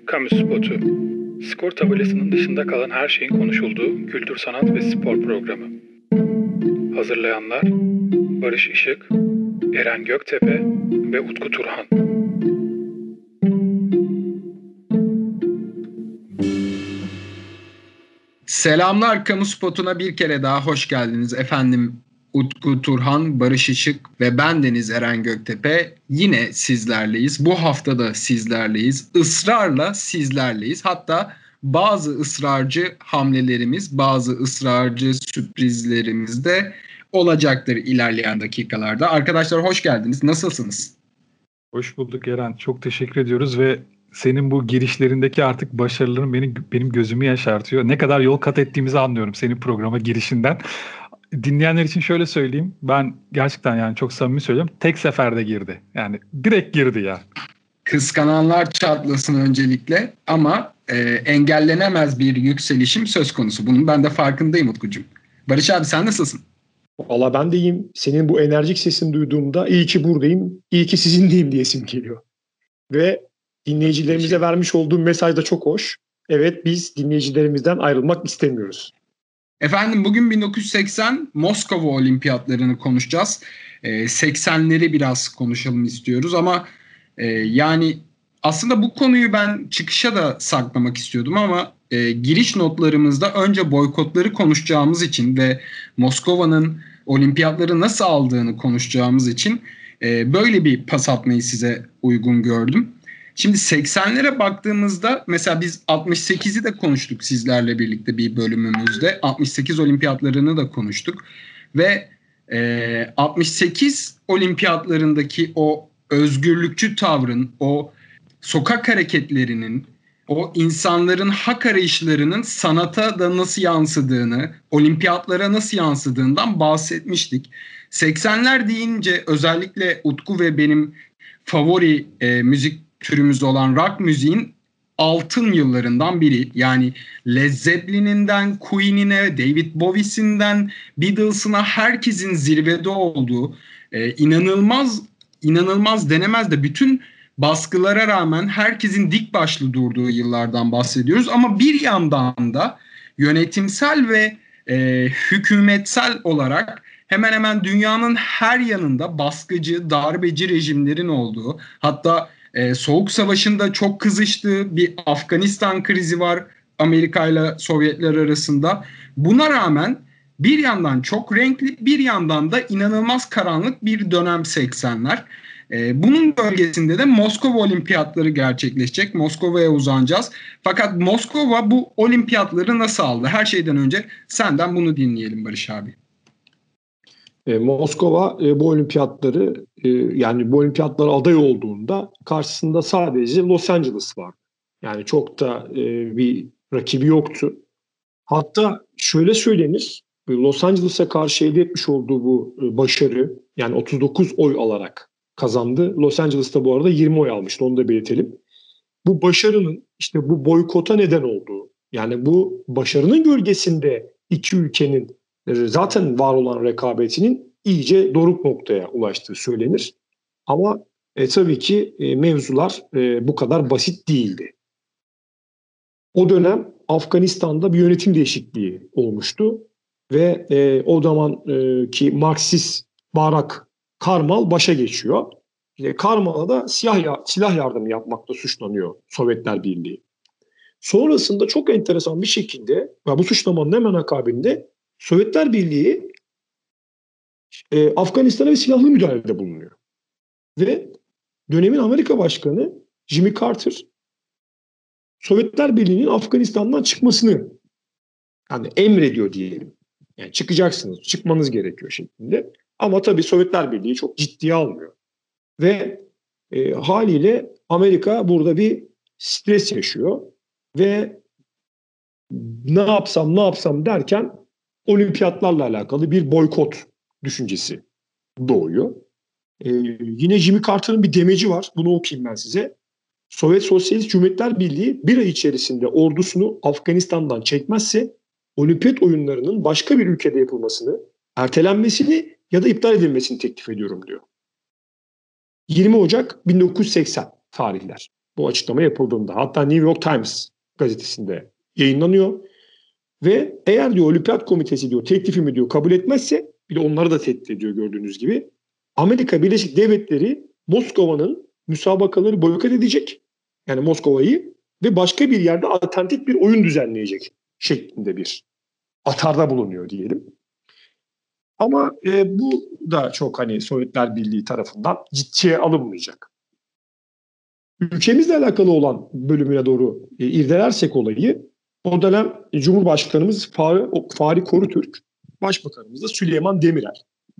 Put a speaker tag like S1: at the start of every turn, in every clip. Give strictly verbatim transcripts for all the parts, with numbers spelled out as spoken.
S1: Kamu spotu. Skor tabelasının dışında kalan her şeyin konuşulduğu kültür, sanat ve spor programı. Hazırlayanlar Barış Işık, Eren Göktepe ve Utku Turhan.
S2: Selamlar, Kamu Spotu'na bir kere daha hoş geldiniz efendim. Utku Turhan, Barış Işık ve bendeniz Eren Göktepe yine sizlerleyiz. Bu hafta da sizlerleyiz. Israrla sizlerleyiz. Hatta bazı ısrarcı hamlelerimiz, bazı ısrarcı sürprizlerimiz de olacaktır ilerleyen dakikalarda. Arkadaşlar hoş geldiniz. Nasılsınız?
S3: Hoş bulduk Eren. Çok teşekkür ediyoruz ve senin bu girişlerindeki artık başarıların benim benim gözümü yaşartıyor. Ne kadar yol kat ettiğimizi anlıyorum senin programa girişinden. Dinleyenler için şöyle söyleyeyim. Ben gerçekten yani çok samimi söylüyorum. Tek seferde girdi. Yani direkt girdi ya.
S2: Kıskananlar çatlasın öncelikle ama e, engellenemez bir yükselişim söz konusu. Bunun ben de farkındayım Utkucuğum. Barış abi sen nasılsın?
S4: Valla ben de iyiyim. Senin bu enerjik sesini duyduğumda iyi ki buradayım, iyi ki sizinleyim diyesim geliyor. Ve dinleyicilerimize vermiş olduğum mesaj da çok hoş. Evet, biz dinleyicilerimizden ayrılmak istemiyoruz.
S2: Efendim bugün bin dokuz yüz seksen Moskova Olimpiyatlarını konuşacağız. E, seksenleri biraz konuşalım istiyoruz ama e, yani aslında bu konuyu ben çıkışa da saklamak istiyordum ama e, giriş notlarımızda önce boykotları konuşacağımız için ve Moskova'nın olimpiyatları nasıl aldığını konuşacağımız için e, böyle bir pas atmayı size uygun gördüm. Şimdi seksenlere baktığımızda mesela biz altmış sekizi de konuştuk sizlerle birlikte bir bölümümüzde. altmış sekiz olimpiyatlarını da konuştuk. Ve e, altmış sekiz olimpiyatlarındaki o özgürlükçü tavrın, o sokak hareketlerinin, o insanların hak arayışlarının sanata da nasıl yansıdığını, olimpiyatlara nasıl yansıdığından bahsetmiştik. seksenler deyince özellikle Utku ve benim favori e, müzik türümüz olan rock müziğin altın yıllarından biri. Yani Led Zeppelin'inden Queen'ine, David Bowie'sinden Beatles'ına herkesin zirvede olduğu, e, inanılmaz inanılmaz denemez de bütün baskılara rağmen herkesin dik başlı durduğu yıllardan bahsediyoruz. Ama bir yandan da yönetimsel ve e, hükümetsel olarak hemen hemen dünyanın her yanında baskıcı, darbeci rejimlerin olduğu, hatta Ee, Soğuk Savaş'ın çok kızıştığı bir Afganistan krizi var Amerika ile Sovyetler arasında. Buna rağmen bir yandan çok renkli, bir yandan da inanılmaz karanlık bir dönem seksenler. Ee, bunun bölgesinde de Moskova Olimpiyatları gerçekleşecek. Moskova'ya uzanacağız. Fakat Moskova bu olimpiyatları nasıl aldı? Her şeyden önce senden bunu dinleyelim Barış abi.
S4: E, Moskova e, bu olimpiyatları e, yani bu olimpiyatlara aday olduğunda karşısında sadece Los Angeles var. Yani çok da e, bir rakibi yoktu. Hatta şöyle söylenir, Los Angeles'a karşı elde etmiş olduğu bu e, başarı, yani otuz dokuz oy alarak kazandı. Los Angeles'ta bu arada yirmi oy almıştı, onu da belirtelim. Bu başarının işte bu boykota neden olduğu, yani bu başarının gölgesinde iki ülkenin zaten var olan rekabetinin iyice doruk noktaya ulaştığı söylenir. Ama e, tabii ki e, mevzular e, bu kadar basit değildi. O dönem Afganistan'da bir yönetim değişikliği olmuştu ve e, o zamanki Marksist Barak Karmal başa geçiyor. E, Karmal'a da silah, ya, silah yardımı yapmakla suçlanıyor Sovyetler Birliği. Sonrasında çok enteresan bir şekilde ve bu suçlamanın hemen akabinde Sovyetler Birliği e, Afganistan'a bir silahlı müdahalede bulunuyor. Ve dönemin Amerika Başkanı Jimmy Carter Sovyetler Birliği'nin Afganistan'dan çıkmasını yani emrediyor diyelim. Yani çıkacaksınız, çıkmanız gerekiyor şeklinde. Ama tabii Sovyetler Birliği çok ciddiye almıyor. Ve e, haliyle Amerika burada bir stres yaşıyor. Ve ne yapsam ne yapsam derken olimpiyatlarla alakalı bir boykot düşüncesi doğuyor. Ee, yine Jimmy Carter'ın bir demeci var. Bunu okuyayım ben size. Sovyet Sosyalist Cumhuriyetler Birliği bir ay içerisinde ordusunu Afganistan'dan çekmezse olimpiyat oyunlarının başka bir ülkede yapılmasını, ertelenmesini ya da iptal edilmesini teklif ediyorum diyor. yirmi Ocak bin dokuz yüz seksen tarihler. bu açıklama yapıldığında. Hatta New York Times gazetesinde yayınlanıyor. Ve eğer diyor Olimpiyat Komitesi diyor teklifimi diyor kabul etmezse, bir de onları da tehdit ediyor gördüğünüz gibi, Amerika Birleşik Devletleri Moskova'nın müsabakaları boykot edecek. Yani Moskova'yı ve başka bir yerde alternatif bir oyun düzenleyecek şeklinde bir atarda bulunuyor diyelim. Ama e, bu da çok hani Sovyetler Birliği tarafından ciddiye alınmayacak. Ülkemizle alakalı olan bölümüne doğru e, irdelersek olayı, o dönem Cumhurbaşkanımız Fahri, Fahri Korutürk, Başbakanımız da Süleyman Demirel.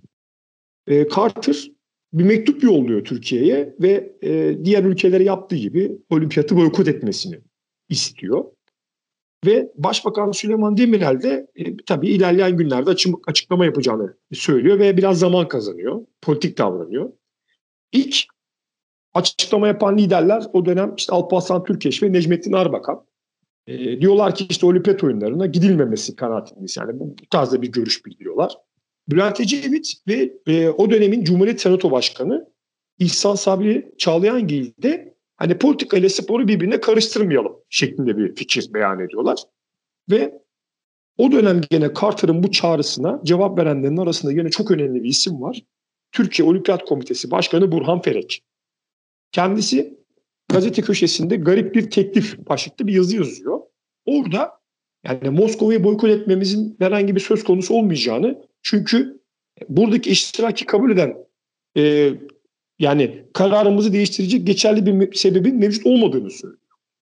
S4: E, Carter bir mektup yolluyor Türkiye'ye ve e, diğer ülkelere yaptığı gibi olimpiyatı boykot etmesini istiyor. Ve Başbakan Süleyman Demirel de e, tabii ilerleyen günlerde açık, açıklama yapacağını söylüyor ve biraz zaman kazanıyor. Politik davranıyor. İlk açıklama yapan liderler o dönem işte Alparslan Türkeş ve Necmettin Erbakan. E, diyorlar ki işte olimpiyat oyunlarına gidilmemesi kanaatindeyiz. Yani bu, bu tarzda bir görüş bildiriyorlar. Bülent Ecevit ve e, o dönemin Cumhuriyet Senato Başkanı İhsan Sabri Çağlayangil de hani politika ile sporu birbirine karıştırmayalım şeklinde bir fikir beyan ediyorlar. Ve o dönem gene Carter'ın bu çağrısına cevap verenlerin arasında yine çok önemli bir isim var. Türkiye Olimpiyat Komitesi Başkanı Burhan Ferek. Kendisi gazete köşesinde garip bir teklif başlıklı bir yazı yazıyor. Orada yani Moskova'yı boykot etmemizin herhangi bir söz konusu olmayacağını, çünkü buradaki iştiraki kabul eden e, yani kararımızı değiştirecek geçerli bir sebebin mevcut olmadığını söylüyor.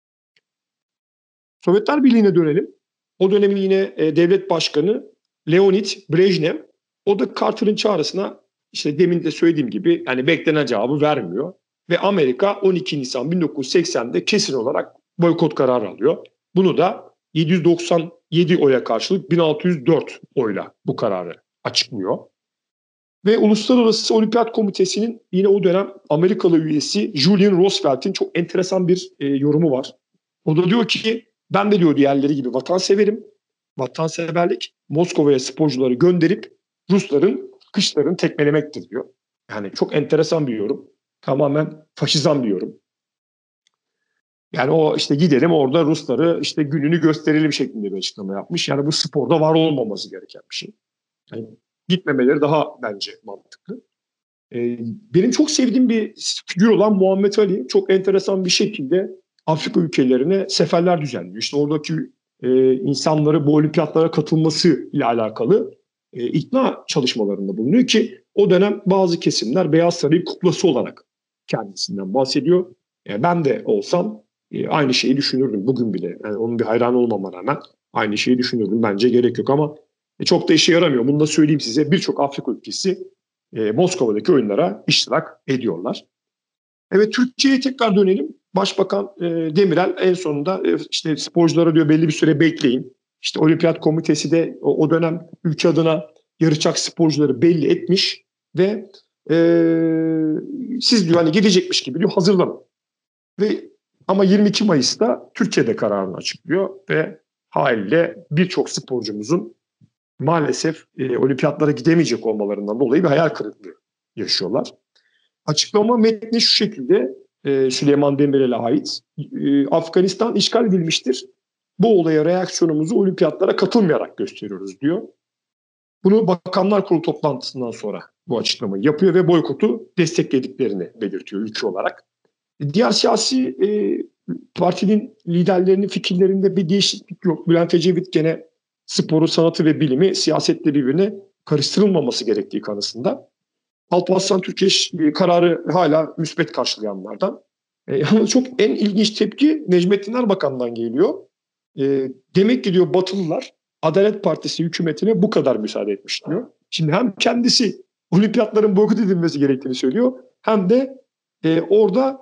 S4: Sovyetler Birliği'ne dönelim. O dönemin yine e, devlet başkanı Leonid Brejnev, o da Carter'ın çağrısına işte demin de söylediğim gibi yani beklenen cevabı vermiyor. Ve Amerika on iki Nisan bin dokuz yüz seksende kesin olarak boykot kararı alıyor. Bunu da yedi yüz doksan yedi oya karşılık bin altı yüz dört oyla bu kararı açıklıyor. Ve Uluslararası Olimpiyat Komitesi'nin yine o dönem Amerikalı üyesi Julian Roosevelt'in çok enteresan bir e, yorumu var. O da diyor ki ben de diyor diğerleri gibi vatanseverim. Vatanseverlik Moskova'ya sporcuları gönderip Rusların kışlarını tekmelemektir diyor. Yani çok enteresan bir yorum. Tamamen faşizan bir yorum. Yani o işte gidelim orada Rusları işte gününü gösterelim şeklinde bir açıklama yapmış. Yani bu sporda var olmaması gereken bir şey. Yani gitmemeleri daha bence mantıklı. Ee, benim çok sevdiğim bir figür olan Muhammed Ali çok enteresan bir şekilde Afrika ülkelerine seferler düzenliyor. İşte oradaki e, insanları bu olimpiyatlara katılması ile alakalı e, ikna çalışmalarında bulunuyor ki o dönem bazı kesimler Beyaz Saray'ın kuklası olarak kendisinden bahsediyor. E, ben de olsam e, aynı şeyi düşünürdüm bugün bile. Yani onun bir hayranı olmama rağmen aynı şeyi düşünürdüm. Bence gerek yok ama e, çok da işe yaramıyor. Bunu da söyleyeyim size. Birçok Afrika ülkesi e, Moskova'daki oyunlara iştirak ediyorlar. Evet, Türkiye'ye tekrar dönelim. Başbakan e, Demirel en sonunda e, işte sporculara diyor belli bir süre bekleyin. İşte Olimpiyat Komitesi de o, o dönem ülke adına yarışacak sporcuları belli etmiş ve e, siz diyor hani gelecekmiş gibi diyor hazırlanın. Ve ama yirmi iki Mayıs'ta Türkiye'de kararını açıklıyor ve haliyle birçok sporcumuzun maalesef e, olimpiyatlara gidemeyecek olmalarından dolayı bir hayal kırıklığı yaşıyorlar. Açıklama metni şu şekilde e, Süleyman Demirel'e ait. E, Afganistan işgal edilmiştir. Bu olaya reaksiyonumuzu olimpiyatlara katılmayarak gösteriyoruz diyor. Bunu Bakanlar Kurulu toplantısından sonra bu açıklamayı yapıyor ve boykotu desteklediklerini belirtiyor ülke olarak. Diğer siyasi e, partinin liderlerinin fikirlerinde bir değişiklik yok. Bülent Ecevit gene sporu, sanatı ve bilimi siyasetle birbirine karıştırılmaması gerektiği kanısında. Alparslan Türkeş e, kararı hala müspet karşılayanlardan. E, yalnız çok en ilginç tepki Necmettin Erbakan'dan geliyor. E, demek ki diyor Batılılar Adalet Partisi hükümetine bu kadar müsaade etmiş diyor. Şimdi hem kendisi olimpiyatların boykot edilmesi gerektiğini söylüyor hem de e, orada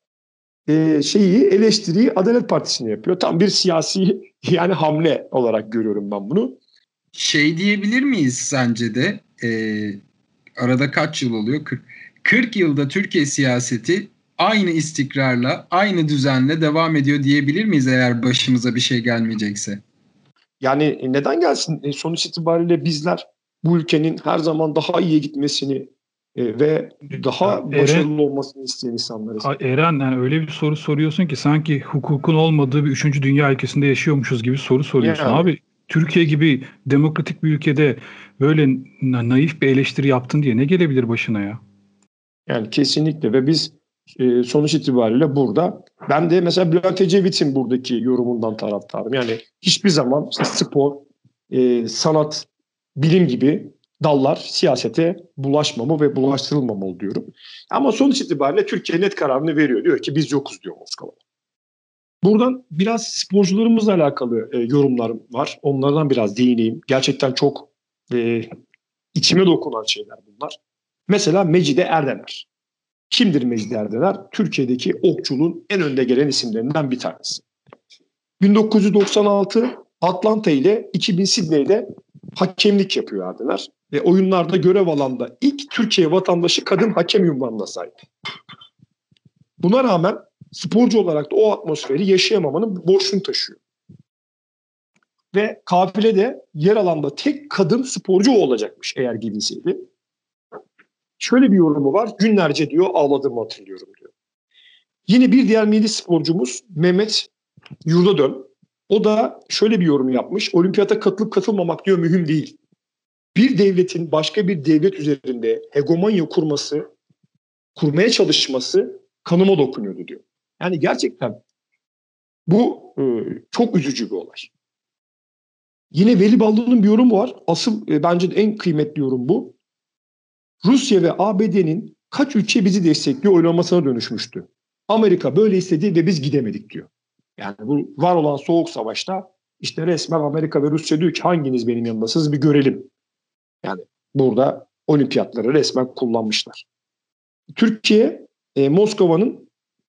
S4: e, şeyi eleştiriyi Adalet Partisi'ne yapıyor. Tam bir siyasi yani hamle olarak görüyorum ben bunu.
S2: Şey diyebilir miyiz sence de e, arada kaç yıl oluyor? kırk, kırk yılda Türkiye siyaseti aynı istikrarla, aynı düzenle devam ediyor diyebilir miyiz eğer başımıza bir şey gelmeyecekse?
S4: Yani neden gelsin? Sonuç itibariyle bizler bu ülkenin her zaman daha iyiye gitmesini e, ve daha
S3: Ya,
S4: başarılı
S3: Eren,
S4: olmasını isteyen insanlarız.
S3: Ha, Eren yani öyle bir soru soruyorsun ki sanki hukukun olmadığı bir üçüncü dünya ülkesinde yaşıyormuşuz gibi soru soruyorsun.
S4: Yani
S3: Abi Türkiye gibi demokratik bir ülkede böyle na- naif bir eleştiri yaptın diye ne gelebilir başına ya?
S4: Yani kesinlikle ve biz e, sonuç itibariyle burada ben de mesela Bülent Ecevit'in buradaki yorumundan taraftarım. Yani hiçbir zaman işte spor, e, sanat, bilim gibi dallar siyasete bulaşmamalı ve bulaştırılmamalı diyorum. Ama sonuç itibariyle Türkiye net kararını veriyor. Diyor ki biz yokuz diyor Moskova. Buradan biraz sporcularımızla alakalı e, yorumlarım var. Onlardan biraz değineyim. Gerçekten çok e, içime dokunan şeyler bunlar. Mesela Mecide Erdener. Kimdir Mecidi Erdener? Türkiye'deki okçuluğun en önde gelen isimlerinden bir tanesi. bin dokuz yüz doksan altı Atlanta ile iki bin Sidney'de hakemlik yapıyor Erdener. Ve oyunlarda görev alan da ilk Türkiye vatandaşı kadın hakem unvanına sahip. Buna rağmen sporcu olarak da o atmosferi yaşayamamanın boşluğunu taşıyor. Ve kafilede yer alan da tek kadın sporcu o olacakmış eğer gidinseydi. Şöyle bir yorumu var. Günlerce diyor ağladığımı hatırlıyorum diyor. Yine bir diğer milli sporcumuz Mehmet Yurdadön. O da şöyle bir yorum yapmış. Olimpiyata katılıp katılmamak diyor mühim değil. Bir devletin başka bir devlet üzerinde hegemonya kurması, kurmaya çalışması kanıma dokunuyordu diyor. Yani gerçekten bu e, çok üzücü bir olay. Yine Veli Ballı'nın bir yorumu var. Asıl e, bence de en kıymetli yorum bu. Rusya ve A B D'nin kaç ülke bizi destekliyor oylamasına dönüşmüştü. Amerika böyle istedi ve biz gidemedik diyor. Yani bu var olan soğuk savaşta işte resmen Amerika ve Rusya diyor ki hanginiz benim yanımdasınız bir görelim. Yani burada olimpiyatları resmen kullanmışlar. Türkiye e, Moskova'nın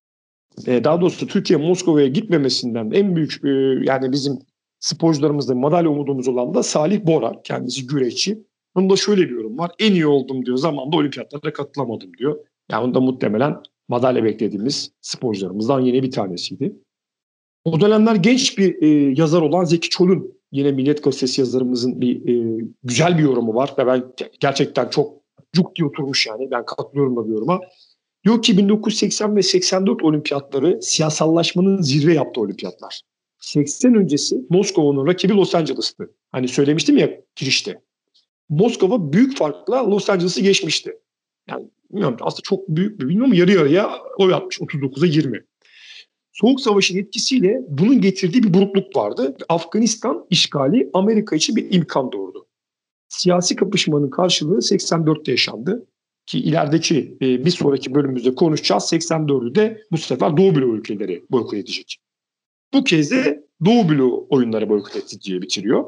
S4: e, daha doğrusu Türkiye Moskova'ya gitmemesinden en büyük e, yani bizim sporcularımızda madalya umudumuz olan da Salih Bora. Kendisi güreşçi. Bunda şöyle bir yorum var. En iyi oldum diyor. Zamanında olimpiyatlara katılamadım diyor. Yani onda muhtemelen madalya beklediğimiz sporcularımızdan yine bir tanesiydi. O dönemler genç bir e, yazar olan Zeki Çolun yine Milliyet Gazetesi yazarımızın bir e, güzel bir yorumu var ve ben gerçekten çok cuk diye oturmuş yani. Ben katılıyorum da bir yoruma. Diyor ki bin dokuz yüz seksen ve seksen dört olimpiyatları siyasallaşmanın zirve yaptığı olimpiyatlar. seksen öncesi Moskova'nın rakibi Los Angeles'tı. Hani söylemiştim ya girişte. Moskova büyük farkla Los Angeles'ı geçmişti. Yani bilmiyorum aslında çok büyük bir bilmiyorum yarı yarıya oy atmış otuz dokuza yirmi. Soğuk Savaş'ın etkisiyle bunun getirdiği bir burukluk vardı. Afganistan işgali Amerika için bir imkan doğurdu. Siyasi kapışmanın karşılığı seksen dörtte yaşandı. Ki ilerideki e, bir sonraki bölümümüzde konuşacağız. seksen dördü de bu sefer Doğu Bloğu ülkeleri boykot edecek. Bu kez de Doğu Bloğu oyunları boykot etti diye bitiriyor.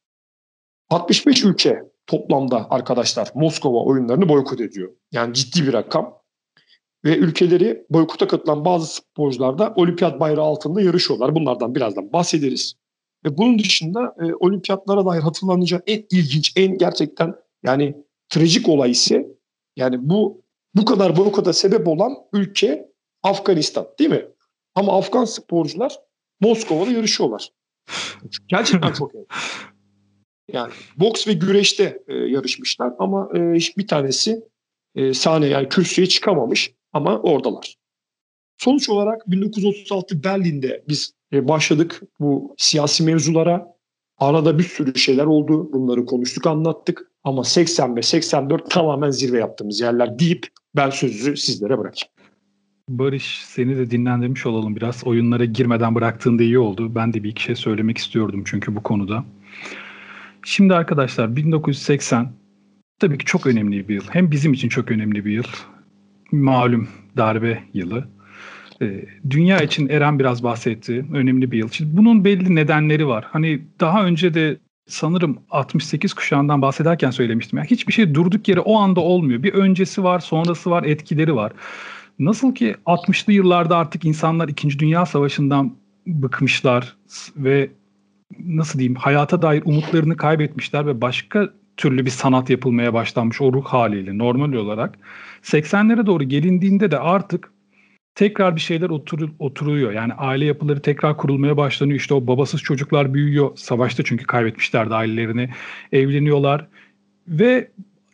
S4: altmış beş ülke toplamda arkadaşlar Moskova oyunlarını boykot ediyor. Yani ciddi bir rakam. Ve ülkeleri boykota katılan bazı sporcular da olimpiyat bayrağı altında yarışıyorlar. Bunlardan birazdan bahsederiz. Ve bunun dışında e, olimpiyatlara dair hatırlanacak en ilginç, en gerçekten yani trajik olay ise yani bu bu kadar boykota sebep olan ülke Afganistan değil mi? Ama Afgan sporcular Moskova'da yarışıyorlar. Gerçekten çok iyi. Yani boks ve güreşte e, yarışmışlar ama e, hiçbir tanesi e, sahne yani kürsüye çıkamamış ama oradalar. Sonuç olarak bin dokuz yüz otuz altı Berlin'de biz e, başladık bu siyasi mevzulara. Arada bir sürü şeyler oldu. Bunları konuştuk, anlattık. Ama seksen ve seksen dört tamamen zirve yaptığımız yerler deyip ben sözü sizlere bırakayım.
S3: Barış, seni de dinlendirmiş olalım biraz. Oyunlara girmeden bıraktığında iyi oldu. Ben de bir iki şey söylemek istiyordum çünkü bu konuda. Şimdi arkadaşlar bin dokuz yüz seksen tabii ki çok önemli bir yıl. Hem bizim için çok önemli bir yıl. Malum darbe yılı. Ee, dünya için Eren biraz bahsetti. Önemli bir yıl. Şimdi bunun belli nedenleri var. Hani daha önce de sanırım altmış sekiz kuşağından bahsederken söylemiştim. Yani hiçbir şey durduk yere o anda olmuyor. Bir öncesi var, sonrası var, etkileri var. Nasıl ki altmışlı yıllarda artık insanlar İkinci Dünya Savaşı'ndan bıkmışlar ve nasıl diyeyim hayata dair umutlarını kaybetmişler ve başka türlü bir sanat yapılmaya başlanmış o ruh haliyle normal olarak. seksenlere doğru gelindiğinde de artık tekrar bir şeyler otur, oturuyor. Yani aile yapıları tekrar kurulmaya başlanıyor. İşte o babasız çocuklar büyüyor. Savaşta çünkü kaybetmişlerdi ailelerini. Evleniyorlar ve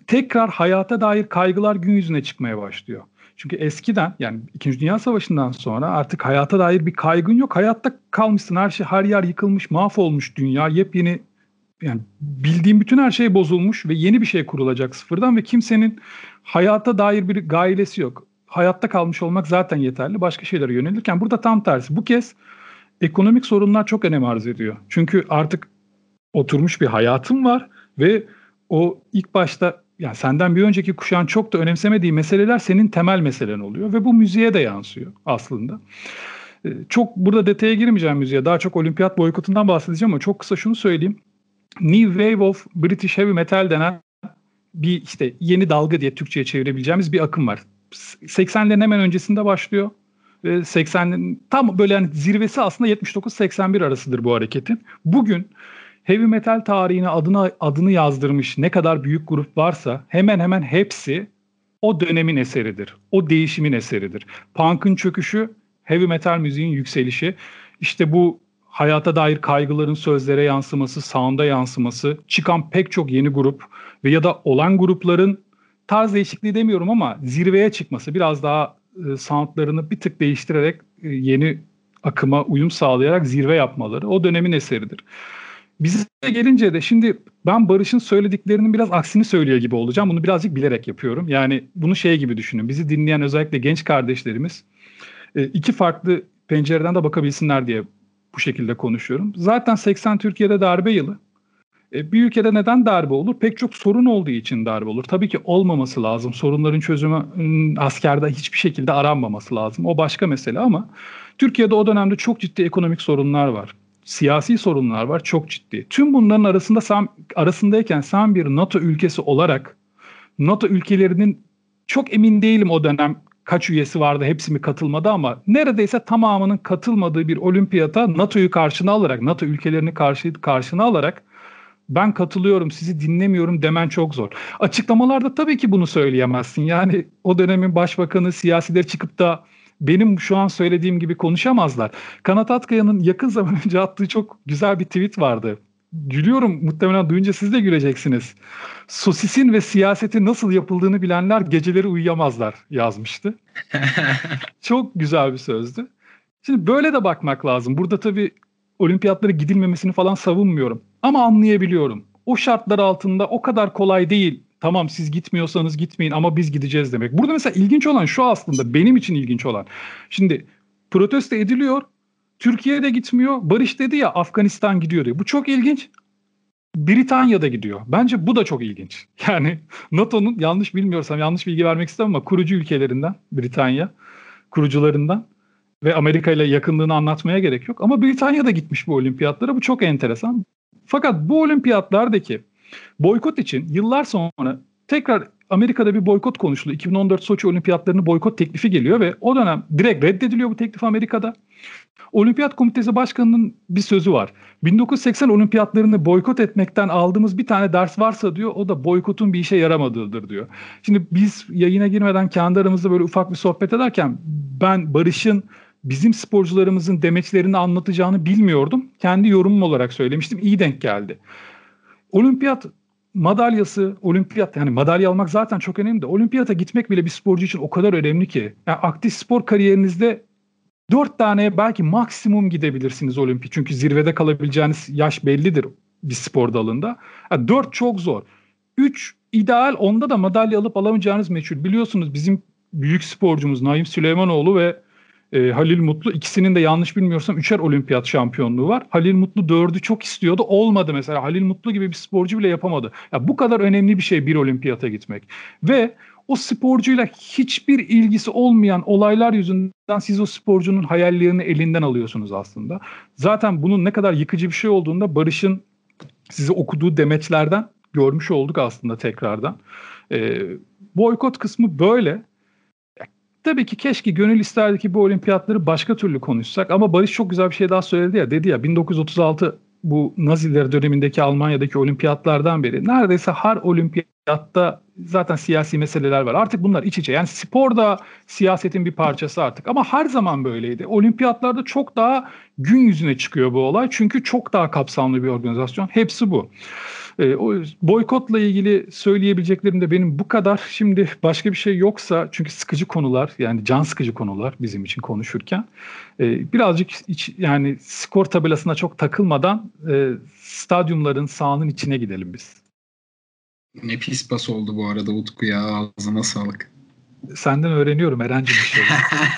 S3: tekrar hayata dair kaygılar gün yüzüne çıkmaya başlıyor. Çünkü eskiden, yani İkinci Dünya Savaşı'ndan sonra artık hayata dair bir kaygın yok. Hayatta kalmışsın, her şey, her yer yıkılmış, mahvolmuş dünya, yepyeni, yani bildiğim bütün her şey bozulmuş ve yeni bir şey kurulacak sıfırdan ve kimsenin hayata dair bir gailesi yok. Hayatta kalmış olmak zaten yeterli. Başka şeylere yönelirken burada tam tersi. Bu kez ekonomik sorunlar çok önem arz ediyor. Çünkü artık oturmuş bir hayatım var ve o ilk başta, yani senden bir önceki kuşağın çok da önemsemediği meseleler senin temel meselen oluyor ve bu müziğe de yansıyor aslında. Ee, çok burada detaya girmeyeceğim müziğe. Daha çok olimpiyat boykotundan bahsedeceğim ama çok kısa şunu söyleyeyim. New Wave of British Heavy Metal denen bir işte yeni dalga diye Türkçe'ye çevirebileceğimiz bir akım var. seksenlerin hemen öncesinde başlıyor. Ve seksenlerin tam böyle yani zirvesi aslında yetmiş dokuz seksen bir arasıdır bu hareketin. Bugün heavy metal tarihine adını adını yazdırmış ne kadar büyük grup varsa hemen hemen hepsi o dönemin eseridir. O değişimin eseridir. Punk'ın çöküşü, heavy metal müziğin yükselişi, işte bu hayata dair kaygıların sözlere yansıması, sound'a yansıması, çıkan pek çok yeni grup ve ya da olan grupların tarz değişikliği demiyorum ama zirveye çıkması, biraz daha e, soundlarını bir tık değiştirerek e, yeni akıma uyum sağlayarak zirve yapmaları o dönemin eseridir. Bize gelince de şimdi ben Barış'ın söylediklerinin biraz aksini söylüyor gibi olacağım. Bunu birazcık bilerek yapıyorum. Yani bunu şey gibi düşünün. Bizi dinleyen özellikle genç kardeşlerimiz e, iki farklı pencereden de bakabilsinler diye bu şekilde konuşuyorum. Zaten seksen Türkiye'de darbe yılı. E, bir ülkede neden darbe olur? Pek çok sorun olduğu için darbe olur. Tabii ki olmaması lazım. Sorunların çözümü askerde hiçbir şekilde aranmaması lazım. O başka mesele ama Türkiye'de o dönemde çok ciddi ekonomik sorunlar var. Siyasi sorunlar var, çok ciddi. Tüm bunların arasında sen, arasındayken sen bir NATO ülkesi olarak NATO ülkelerinin, çok emin değilim o dönem kaç üyesi vardı, hepsi mi katılmadı ama neredeyse tamamının katılmadığı bir olimpiyata NATO'yu karşına alarak, NATO ülkelerini karşı, karşına alarak ben katılıyorum, sizi dinlemiyorum demen çok zor. Açıklamalarda tabii ki bunu söyleyemezsin. Yani o dönemin başbakanı, siyasileri çıkıp da benim şu an söylediğim gibi konuşamazlar. Kanat Atkaya'nın yakın zaman önce attığı çok güzel bir tweet vardı. Gülüyorum, muhtemelen duyunca siz de güleceksiniz. Sosisin ve siyasetin nasıl yapıldığını bilenler geceleri uyuyamazlar yazmıştı. Çok güzel bir sözdü. Şimdi böyle de bakmak lazım. Burada tabii olimpiyatlara gidilmemesini falan savunmuyorum. Ama anlayabiliyorum. O şartlar altında o kadar kolay değil. Tamam, siz gitmiyorsanız gitmeyin ama biz gideceğiz demek. Burada mesela ilginç olan şu, aslında benim için ilginç olan. Şimdi protesto ediliyor. Türkiye'de gitmiyor. Barış dedi ya, Afganistan gidiyor diyor. Bu çok ilginç. Britanya'da gidiyor. Bence bu da çok ilginç. Yani NATO'nun, yanlış bilmiyorsam, yanlış bilgi vermek istemem ama kurucu ülkelerinden Britanya, kurucularından ve Amerika ile yakınlığını anlatmaya gerek yok. Ama Britanya'da gitmiş bu olimpiyatlara. Bu çok enteresan. Fakat bu olimpiyatlardaki boykot için yıllar sonra tekrar Amerika'da bir boykot konuşuluyor. iki bin on dört Soçi olimpiyatlarını boykot teklifi geliyor ve o dönem direkt reddediliyor bu teklif Amerika'da. Olimpiyat Komitesi Başkanı'nın bir sözü var. bin dokuz yüz seksen olimpiyatlarını boykot etmekten aldığımız bir tane ders varsa diyor, o da boykotun bir işe yaramadığıdır diyor. Şimdi biz yayına girmeden kendi aramızda böyle ufak bir sohbet ederken ben Barış'ın bizim sporcularımızın demeçlerini anlatacağını bilmiyordum. Kendi yorumum olarak söylemiştim. İyi denk geldi. Olimpiyat madalyası, olimpiyat, yani madalya almak zaten çok önemli de olimpiyata gitmek bile bir sporcu için o kadar önemli ki. Yani aktif spor kariyerinizde dört tane belki maksimum gidebilirsiniz olimpiyat. Çünkü zirvede kalabileceğiniz yaş bellidir bir spor dalında. Yani dört çok zor. Üç ideal, onda da madalya alıp alamayacağınız meçhul. Biliyorsunuz bizim büyük sporcumuz Naim Süleymanoğlu ve e, Halil Mutlu, ikisinin de yanlış bilmiyorsam üçer olimpiyat şampiyonluğu var. Halil Mutlu dördü çok istiyordu. Olmadı mesela. Halil Mutlu gibi bir sporcu bile yapamadı. Ya bu kadar önemli bir şey bir olimpiyata gitmek. Ve o sporcuyla hiçbir ilgisi olmayan olaylar yüzünden siz o sporcunun hayallerini elinden alıyorsunuz aslında. Zaten bunun ne kadar yıkıcı bir şey olduğunda Barış'ın size okuduğu demeçlerden görmüş olduk aslında tekrardan. E, boykot kısmı böyle. Tabii ki keşke, gönül isterdi ki bu olimpiyatları başka türlü konuşsak ama Barış çok güzel bir şey daha söyledi ya, dedi ya bin dokuz yüz otuz altı bu Naziler dönemindeki Almanya'daki olimpiyatlardan beri neredeyse her olimpiyatta zaten siyasi meseleler var. Artık bunlar iç içe, yani spor da siyasetin bir parçası artık ama her zaman böyleydi. Olimpiyatlarda çok daha gün yüzüne çıkıyor bu olay çünkü çok daha kapsamlı bir organizasyon. Hepsi bu. E, o boykotla ilgili söyleyebileceklerim de benim bu kadar. Şimdi başka bir şey yoksa, çünkü sıkıcı konular, yani can sıkıcı konular bizim için konuşurken e, birazcık iç, yani skor tabelasına çok takılmadan e, stadyumların, sahanın içine gidelim biz.
S2: Nefis pas oldu bu arada Utku ya, ağzına sağlık.
S3: Senden öğreniyorum Eren'cim bir şey.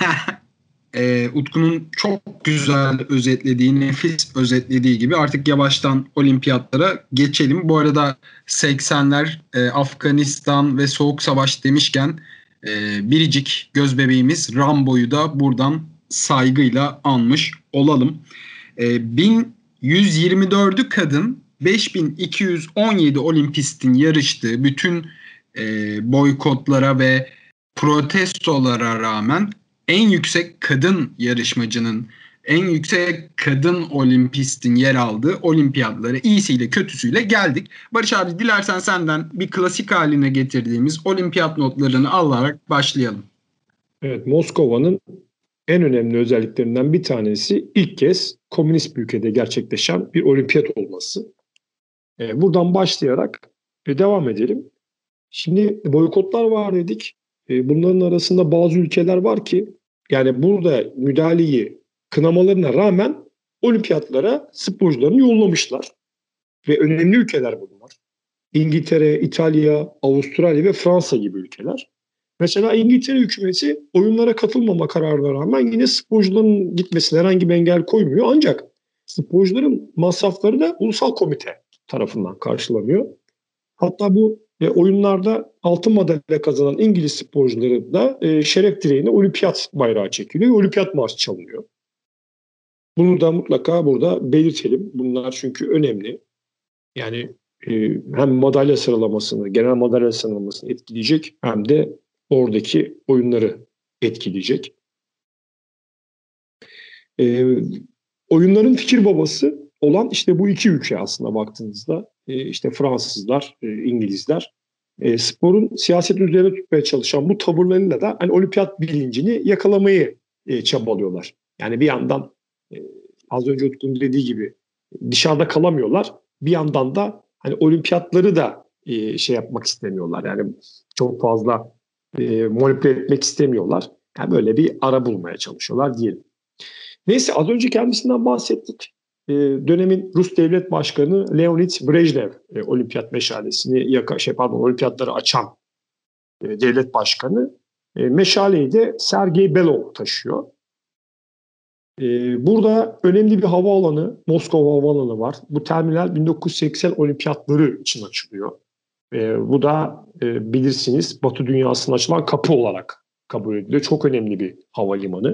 S2: e, Utku'nun çok güzel özetlediği, nefis özetlediği gibi artık yavaştan olimpiyatlara geçelim. Bu arada seksenler e, Afganistan ve Soğuk Savaş demişken e, biricik gözbebeğimiz Rambo'yu da buradan saygıyla anmış olalım. E, bin yüz yirmi dördü kadın, beş bin iki yüz on yedi olimpistin yarıştığı, bütün e, boykotlara ve protestolara rağmen en yüksek kadın yarışmacının, en yüksek kadın olimpistin yer aldığı olimpiyatlara iyisiyle kötüsüyle geldik. Barış abi, dilersen senden bir klasik haline getirdiğimiz olimpiyat notlarını alarak başlayalım.
S4: Evet, Moskova'nın en önemli özelliklerinden bir tanesi ilk kez komünist bir ülkede gerçekleşen bir olimpiyat olması. Ee, buradan başlayarak e, devam edelim. Şimdi boykotlar var dedik. E, bunların arasında bazı ülkeler var ki yani burada müdahaleyi kınamalarına rağmen olimpiyatlara sporcularını yollamışlar. Ve önemli ülkeler bunlar. İngiltere, İtalya, Avustralya ve Fransa gibi ülkeler. Mesela İngiltere hükümeti oyunlara katılmama kararına rağmen yine sporcuların gitmesine herhangi bir engel koymuyor. Ancak sporcuların masrafları da ulusal komite tarafından karşılanıyor. Hatta bu e, oyunlarda altın madalya kazanan İngiliz sporcuları da e, şeref direğine olimpiyat bayrağı çekiliyor. Olimpiyat marşı çalınıyor. Bunu da mutlaka burada belirtelim. Bunlar çünkü önemli. Yani e, hem madalya sıralamasını, genel madalya sıralamasını etkileyecek hem de oradaki oyunları etkileyecek. E, oyunların fikir babası olan işte bu iki ülke aslında baktığınızda e, işte Fransızlar, e, İngilizler e, sporun siyaset üzerine tutmaya çalışan bu tavırlarıyla da hani olimpiyat bilincini yakalamayı e, çabalıyorlar. Yani bir yandan e, az önce Utku'nun dediği gibi dışarıda kalamıyorlar. Bir yandan da hani olimpiyatları da e, şey yapmak istemiyorlar. Yani çok fazla e, manipüle etmek istemiyorlar. Yani böyle bir ara bulmaya çalışıyorlar diyelim. Neyse, az önce kendisinden bahsettik. E, dönemin Rus devlet başkanı Leonid Brejnev e, olimpiyat meşalesini yaka, şey pardon olimpiyatları açan e, devlet başkanı. E, meşaleyi de Sergey Belov taşıyor. E, burada önemli bir havaalanı, Moskova Havaalanı var. Bu terminal bin dokuz yüz seksen olimpiyatları için açılıyor. E, bu da e, bilirsiniz Batı dünyasına açılan kapı olarak kabul ediliyor. Çok önemli bir havalimanı.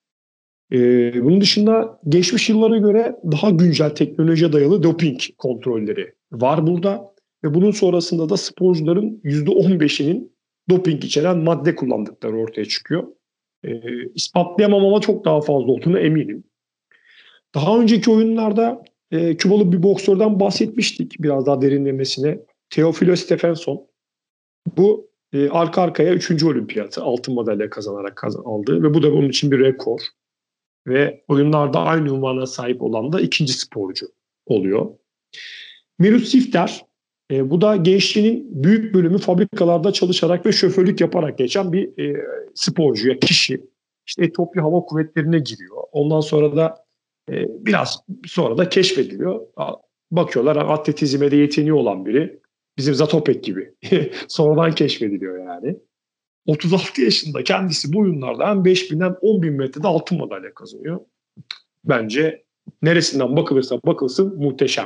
S4: Ee, bunun dışında geçmiş yıllara göre daha güncel teknolojiye dayalı doping kontrolleri var burada. Ve bunun sonrasında da sporcuların yüzde on beşinin doping içeren madde kullandıkları ortaya çıkıyor. Ee, ispatlayamam ama çok daha fazla olduğunu eminim. Daha önceki oyunlarda e, Kübalı bir boksörden bahsetmiştik biraz daha derinlemesine. Teofilo Stefansson. Bu e, arka arkaya üçüncü olimpiyatı altın madalya kazanarak kazan aldı ve bu da onun için bir rekor. Ve oyunlarda aynı unvana sahip olan da ikinci sporcu oluyor. Mirut Sifter, e, bu da gençliğinin büyük bölümü fabrikalarda çalışarak ve şoförlük yaparak geçen bir e, sporcuya, kişi. İşte Etiyopya Hava Kuvvetleri'ne giriyor. Ondan sonra da e, biraz sonra da keşfediliyor. Bakıyorlar atletizme de yeteneği olan biri. Bizim Zatopek gibi. Sonradan keşfediliyor yani. otuz altı yaşında kendisi bu oyunlarda hem beş binden on bin metrede altın madalya kazanıyor. Bence neresinden bakılırsa bakılsın muhteşem.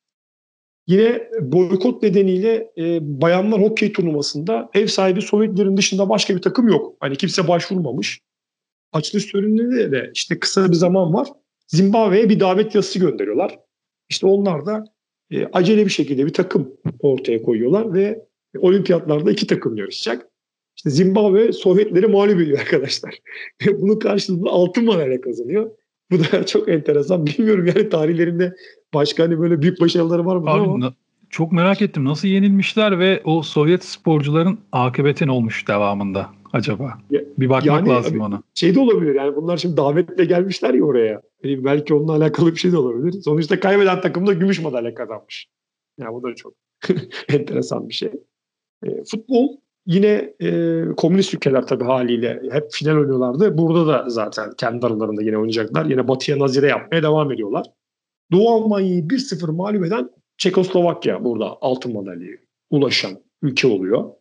S4: Yine boykot nedeniyle e, bayanlar hokey turnuvasında ev sahibi Sovyetlerin dışında başka bir takım yok. Hani kimse başvurmamış. Açılış töreninde de işte kısa bir zaman var. Zimbabwe'ye bir davet yazısı gönderiyorlar. İşte onlar da e, acele bir şekilde bir takım ortaya koyuyorlar ve olimpiyatlarda iki takım yarışacak. İşte Zimbabwe Sovyetleri mağlup ediyor arkadaşlar. Bunun karşılığında altın madalya kazanıyor. Bu da çok enteresan. Bilmiyorum yani tarihlerinde başka hani böyle büyük başarıları var mı?
S3: Abi,
S4: ama.
S3: Na- çok merak ettim. Nasıl yenilmişler ve o Sovyet sporcuların akıbeti ne olmuş devamında acaba?
S4: Ya,
S3: Bir bakmak
S4: yani,
S3: lazım ona.
S4: Şey de olabilir yani bunlar şimdi davetle gelmişler ya oraya. Yani belki onunla alakalı bir şey de olabilir. Sonuçta kaybeden takım da gümüş madalya kazanmış. Yani bu da çok enteresan bir şey. E, futbol yine e, komünist ülkeler tabii haliyle hep final oynuyorlardı. Burada da zaten kendi aralarında yine oynayacaklar. Yine Batı'ya nazire yapmaya devam ediyorlar. Doğu Almanya'yı bir sıfır mağlup eden Çekoslovakya burada altın madalyaya ulaşan ülke oluyor.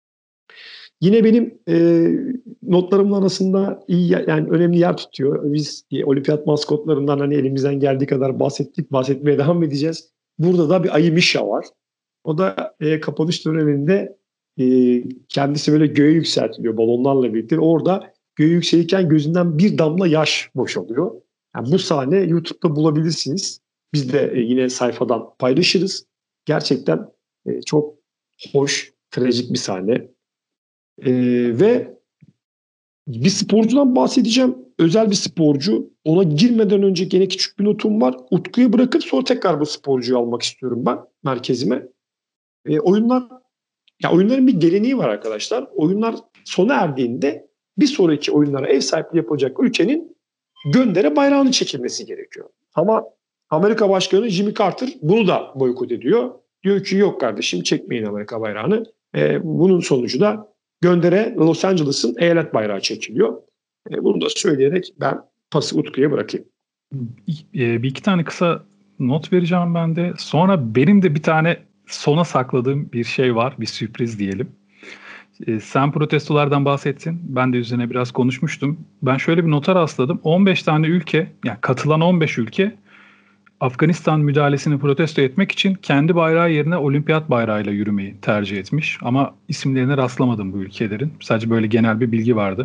S4: Yine benim e, notlarımın arasında iyi yani önemli yer tutuyor. Biz e, olimpiyat maskotlarından hani elimizden geldiği kadar bahsettik, bahsetmeye devam edeceğiz. Burada da bir Ayı Mişa var. O da e, kapanış töreninde e, kendisi böyle göğe yükseltiliyor balonlarla birlikte. Orada göğe yükselirken gözünden bir damla yaş boşalıyor. Yani bu sahne YouTube'da bulabilirsiniz. Biz de e, yine sayfadan paylaşırız. Gerçekten e, çok hoş, trajik bir sahne. E, ve bir sporcudan bahsedeceğim. Özel bir sporcu. Ona girmeden önce gene küçük bir notum var. Utku'yu bırakıp sonra tekrar bu sporcuyu almak istiyorum ben merkezime. E, oyunlar ya oyunların bir geleneği var arkadaşlar. Oyunlar sona erdiğinde bir sonraki oyunlara ev sahipliği yapacak ülkenin göndere bayrağını çekilmesi gerekiyor. Ama Amerika Başkanı Jimmy Carter bunu da boykot ediyor. Diyor ki yok kardeşim çekmeyin Amerika bayrağını. E, bunun sonucu da göndere Los Angeles'ın eyalet bayrağı çekiliyor. E, bunu da söyleyerek ben pası Utku'ya bırakayım.
S3: Bir iki tane kısa not vereceğim ben de. Sonra benim de bir tane sona sakladığım bir şey var. Bir sürpriz diyelim. E, sen protestolardan bahsettin. Ben de üzerine biraz konuşmuştum. Ben şöyle bir nota rastladım. on beş tane ülke, yani katılan on beş ülke Afganistan müdahalesini protesto etmek için kendi bayrağı yerine olimpiyat bayrağıyla yürümeyi tercih etmiş. Ama isimlerine rastlamadım bu ülkelerin. Sadece böyle genel bir bilgi vardı.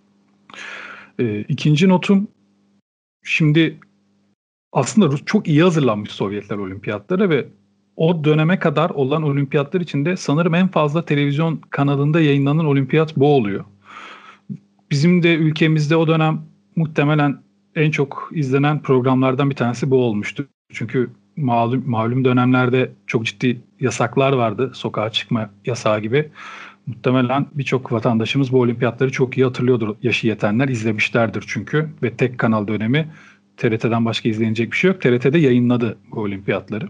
S3: E, ikinci notum, şimdi aslında Rus çok iyi hazırlanmış Sovyetler olimpiyatlara ve o döneme kadar olan olimpiyatlar içinde sanırım en fazla televizyon kanalında yayınlanan olimpiyat bu oluyor. Bizim de ülkemizde o dönem muhtemelen en çok izlenen programlardan bir tanesi bu olmuştu. Çünkü malum, malum dönemlerde çok ciddi yasaklar vardı. Sokağa çıkma yasağı gibi. Muhtemelen birçok vatandaşımız bu olimpiyatları çok iyi hatırlıyordur. Yaşı yetenler izlemişlerdir çünkü. Ve tek kanal dönemi T R T'den başka izlenecek bir şey yok. T R T'de yayınladı bu olimpiyatları.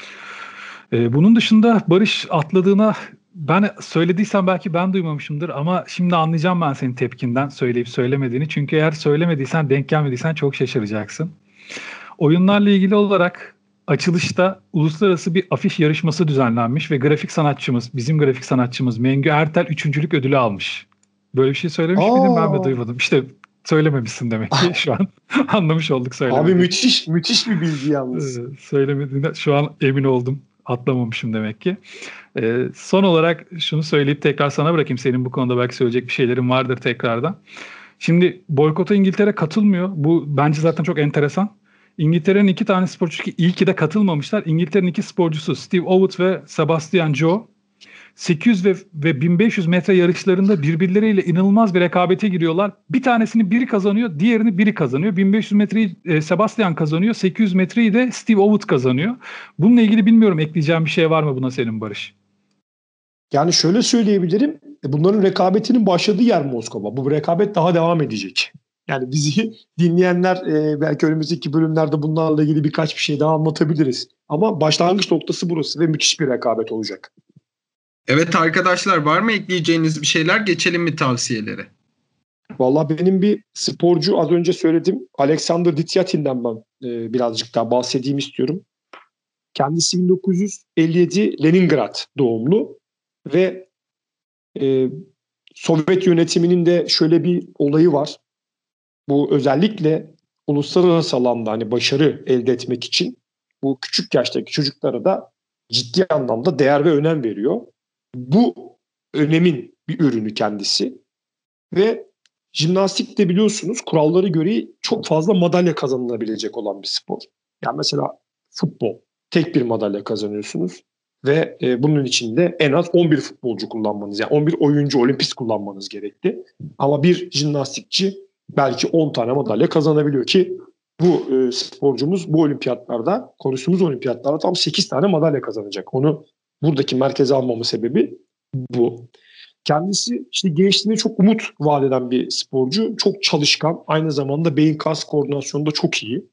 S3: Ee, bunun dışında Barış atladığına ben söylediysem belki ben duymamışımdır ama şimdi anlayacağım ben senin tepkinden söyleyip söylemediğini. Çünkü eğer söylemediysen, denk gelmediysen çok şaşıracaksın. Oyunlarla ilgili olarak açılışta uluslararası bir afiş yarışması düzenlenmiş ve grafik sanatçımız, bizim grafik sanatçımız Mengü Ertel üçüncülük ödülü almış. Böyle bir şey söylemiş
S4: Aa.
S3: miydin? Ben mi duymadım? İşte söylememişsin demek ki şu an anlamış olduk söylemediğini.
S4: Abi müthiş müthiş bir bilgi yalnız.
S3: Ee, söylemediğinde şu an emin oldum. Atlamamışım demek ki. Ee, son olarak şunu söyleyip tekrar sana bırakayım. Senin bu konuda belki söyleyecek bir şeylerin vardır tekrardan. Şimdi boykota İngiltere katılmıyor. Bu bence zaten çok enteresan. İngiltere'nin iki tane sporcusu ki ilki de katılmamışlar. İngiltere'nin iki sporcusu Steve Ovett ve Sebastian Coe sekiz yüz ve, ve bin beş yüz metre yarışlarında birbirleriyle inanılmaz bir rekabete giriyorlar. Bir tanesini biri kazanıyor, diğerini biri kazanıyor. bin beş yüz metreyi e, Sebastian kazanıyor, sekiz yüz metreyi de Steve Ovett kazanıyor. Bununla ilgili bilmiyorum ekleyeceğim bir şey var mı buna senin Barış?
S4: Yani şöyle söyleyebilirim. Bunların rekabetinin başladığı yer Moskova. Bu rekabet daha devam edecek. Yani bizi dinleyenler e, belki önümüzdeki bölümlerde bunlarla ilgili birkaç bir şey daha anlatabiliriz. Ama başlangıç noktası burası ve müthiş bir rekabet olacak.
S2: Evet arkadaşlar, var mı ekleyeceğiniz bir şeyler? Geçelim mi tavsiyelere?
S4: Vallahi benim bir sporcu az önce söyledim. Alexander Dityatin'den ben e, birazcık daha bahsedeyim istiyorum. Kendisi bin dokuz yüz elli yedi Leningrad doğumlu ve e, Sovyet yönetiminin de şöyle bir olayı var. Bu özellikle uluslararası alanda hani başarı elde etmek için bu küçük yaştaki çocuklara da ciddi anlamda değer ve önem veriyor. Bu önemin bir ürünü kendisi ve jimnastikte biliyorsunuz kuralları göre çok fazla madalya kazanılabilecek olan bir spor. Yani mesela futbol tek bir madalya kazanıyorsunuz ve e, bunun için de en az on bir futbolcu kullanmanız yani on bir oyuncu olimpist kullanmanız gerekli. Ama bir jimnastikçi belki on tane madalya kazanabiliyor ki bu e, sporcumuz bu olimpiyatlarda konuştuğumuz olimpiyatlarda tam sekiz tane madalya kazanacak. Onu buradaki merkeze almamın sebebi bu. Kendisi işte gençliğine çok umut vaat eden bir sporcu. Çok çalışkan. Aynı zamanda beyin kas koordinasyonunda çok iyi.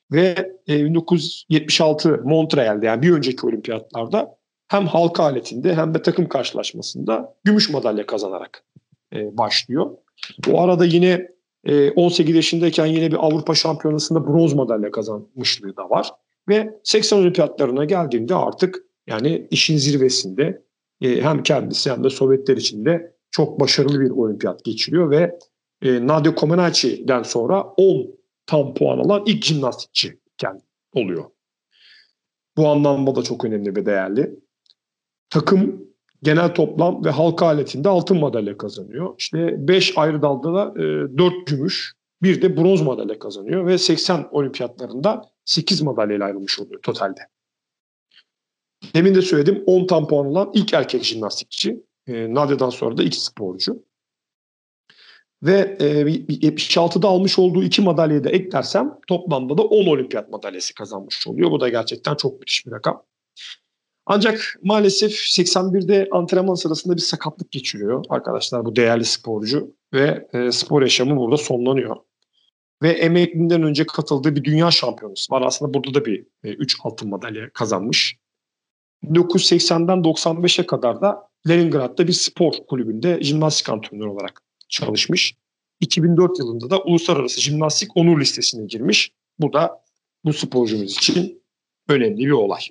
S4: Ve e, bin dokuz yüz yetmiş altı Montreal'de, yani bir önceki olimpiyatlarda hem halka aletinde hem de takım karşılaşmasında gümüş madalya kazanarak e, başlıyor. O arada yine e, on sekiz yaşındayken yine bir Avrupa Şampiyonası'nda bronz madalya kazanmışlığı da var. Ve seksen olimpiyatlarına geldiğinde artık yani işin zirvesinde e, hem kendisi hem de Sovyetler için de çok başarılı bir olimpiyat geçiriyor ve e, Nadia Comaneci'den sonra on tam puan alan ilk jimnastikçi oluyor. Bu anlamda da çok önemli ve değerli. Takım genel toplam ve halka aletinde altın madalya kazanıyor. İşte beş ayrı dalda da e, dört gümüş, bir de bronz madalya kazanıyor ve seksen olimpiyatlarında sekiz madalyayla ayrılmış oluyor totalde. Demin de söyledim, on tam puan alan ilk erkek jimnastikçi. E, Nadia'dan sonra da ilk sporcu. Ve e, yetmiş altıda almış olduğu iki madalyayı da eklersem toplamda da on olimpiyat madalyası kazanmış oluyor. Bu da gerçekten çok müthiş bir rakam. Ancak maalesef seksen birde antrenman sırasında bir sakatlık geçiriyor arkadaşlar bu değerli sporcu ve e, spor yaşamı burada sonlanıyor. Ve emekliliğinden önce katıldığı bir dünya şampiyonası var. Aslında burada da bir üç e, altın madalya kazanmış. bin dokuz yüz seksenden doksan beşe kadar da Leningrad'da bir spor kulübünde jimnastik antrenörü olarak çalışmış. iki bin dört yılında da Uluslararası Jimnastik Onur Listesi'ne girmiş. Bu da bu sporcumuz için önemli bir olay.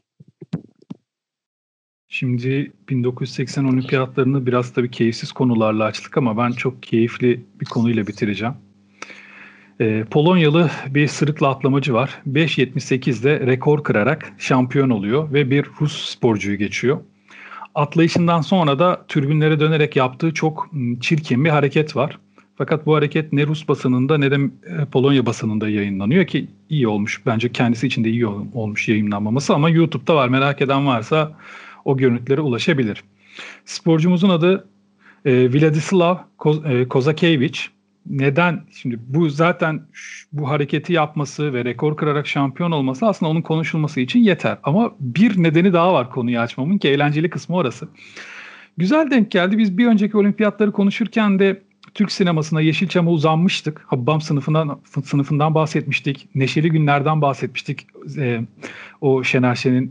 S3: Şimdi bin dokuz yüz seksen olimpiyatlarını biraz tabii keyifsiz konularla açtık ama ben çok keyifli bir konuyla bitireceğim. Ee, Polonyalı bir sırıkla atlamacı var. beş yetmiş sekizde rekor kırarak şampiyon oluyor ve bir Rus sporcuyu geçiyor. Atlayışından sonra da türbünlere dönerek yaptığı çok çirkin bir hareket var. Fakat bu hareket ne Rus basınında ne de Polonya basınında yayınlanıyor ki iyi olmuş. Bence kendisi için de iyi olmuş yayınlanmaması ama YouTube'da var. Merak eden varsa o görüntülere ulaşabilir. Sporcumuzun adı e, Vladislav Koz- e, Kozakiewicz. Neden? Şimdi bu zaten bu hareketi yapması ve rekor kırarak şampiyon olması aslında onun konuşulması için yeter. Ama bir nedeni daha var konuyu açmamın ki eğlenceli kısmı orası. Güzel denk geldi. Biz bir önceki olimpiyatları konuşurken de Türk sinemasına Yeşilçam'a uzanmıştık. Hababam sınıfından sınıfından bahsetmiştik. Neşeli Günler'den bahsetmiştik. Ee, o Şener Şen'in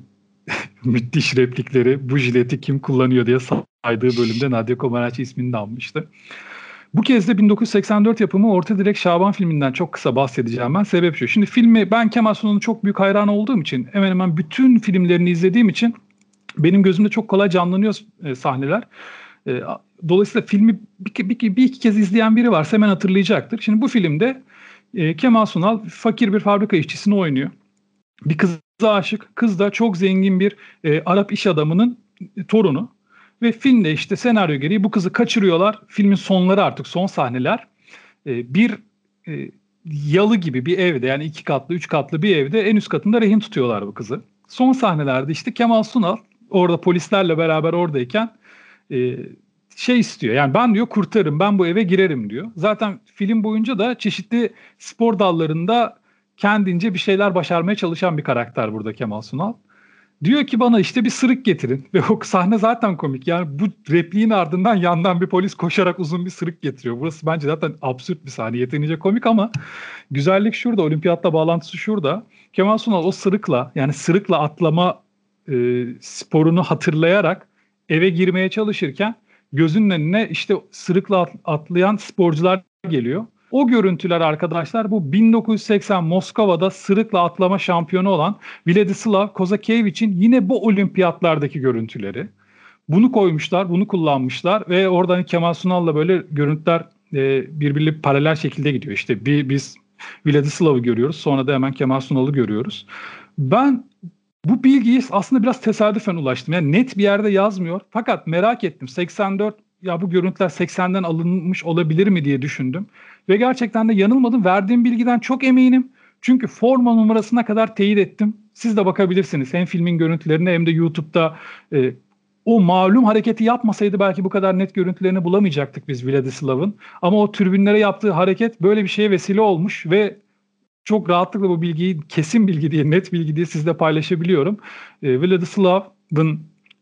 S3: müthiş replikleri, bu jileti kim kullanıyor diye saydığı bölümde Nadia Comaneci ismini de almıştı. Bu kez de bin dokuz yüz seksen dört yapımı Orta Direk Şaban filminden çok kısa bahsedeceğim ben. Sebep şu. Şimdi filmi ben Kemal Sunal'ın çok büyük hayranı olduğum için hemen hemen bütün filmlerini izlediğim için benim gözümde çok kolay canlanıyor e, sahneler. E, dolayısıyla filmi bir, bir, bir iki kez izleyen biri varsa hemen hatırlayacaktır. Şimdi bu filmde e, Kemal Sunal fakir bir fabrika işçisini oynuyor. Bir kıza aşık. Kız da çok zengin bir e, Arap iş adamının e, torunu. Ve filmde işte senaryo gereği bu kızı kaçırıyorlar. Filmin sonları artık son sahneler. E, bir e, yalı gibi bir evde yani iki katlı üç katlı bir evde en üst katında rehin tutuyorlar bu kızı. Son sahnelerde işte Kemal Sunal orada polislerle beraber oradayken e, şey istiyor. Yani ben diyor kurtarırım, ben bu eve girerim diyor. Zaten film boyunca da çeşitli spor dallarında kendince bir şeyler başarmaya çalışan bir karakter burada Kemal Sunal. Diyor ki bana işte bir sırık getirin. Ve o sahne zaten komik. Yani bu repliğin ardından yandan bir polis koşarak uzun bir sırık getiriyor. Burası bence zaten absürt bir sahne. Yeterince komik ama güzellik şurada. Olimpiyatla bağlantısı şurada. Kemal Sunal o sırıkla yani sırıkla atlama e, sporunu hatırlayarak eve girmeye çalışırken gözünün önüne işte sırıkla atlayan sporcular geliyor. O görüntüler arkadaşlar bu bin dokuz yüz seksen Moskova'da sırıkla atlama şampiyonu olan Vladislav Kozakiewicz'in yine bu olimpiyatlardaki görüntüleri. Bunu koymuşlar, bunu kullanmışlar ve oradan Kemal Sunal'la böyle görüntüler e, birbiriyle paralel şekilde gidiyor. İşte bir, biz Vladislav'ı görüyoruz, sonra da hemen Kemal Sunal'ı görüyoruz. Ben bu bilgiyi aslında biraz tesadüfen ulaştım. Yani net bir yerde yazmıyor fakat merak ettim. seksen dört ya bu görüntüler seksenden alınmış olabilir mi diye düşündüm. Ve gerçekten de yanılmadım. Verdiğim bilgiden çok eminim. Çünkü forma numarasına kadar teyit ettim. Siz de bakabilirsiniz. Hem filmin görüntülerine hem de YouTube'da e, o malum hareketi yapmasaydı belki bu kadar net görüntülerini bulamayacaktık biz Vladislav'ın. Ama o tribünlere yaptığı hareket böyle bir şeye vesile olmuş ve çok rahatlıkla bu bilgiyi kesin bilgi diye, net bilgi diye sizle paylaşabiliyorum. E, Vladislav'ın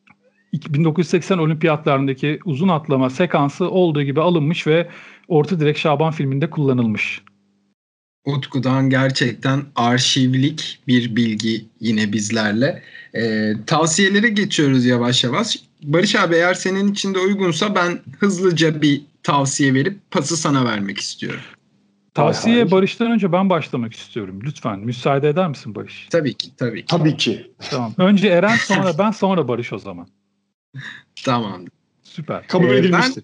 S3: bin dokuz yüz seksen olimpiyatlarındaki uzun atlama sekansı olduğu gibi alınmış ve Orta Direk Şaban filminde kullanılmış.
S2: Utku'dan gerçekten arşivlik bir bilgi yine bizlerle. Ee, tavsiyelere geçiyoruz yavaş yavaş. Barış abi, eğer senin için de uygunsa ben hızlıca bir tavsiye verip pası sana vermek istiyorum.
S3: Tavsiye
S4: Hay hay.
S3: Barış'tan önce ben başlamak istiyorum. Lütfen müsaade eder misin Barış?
S2: Tabii ki, tabii ki.
S4: Tabii ki.
S3: Tamam. Önce Eren, sonra ben, sonra Barış o zaman.
S2: Tamamdır.
S3: Süper.
S4: Kabul
S2: Ee,
S4: edilmiştir.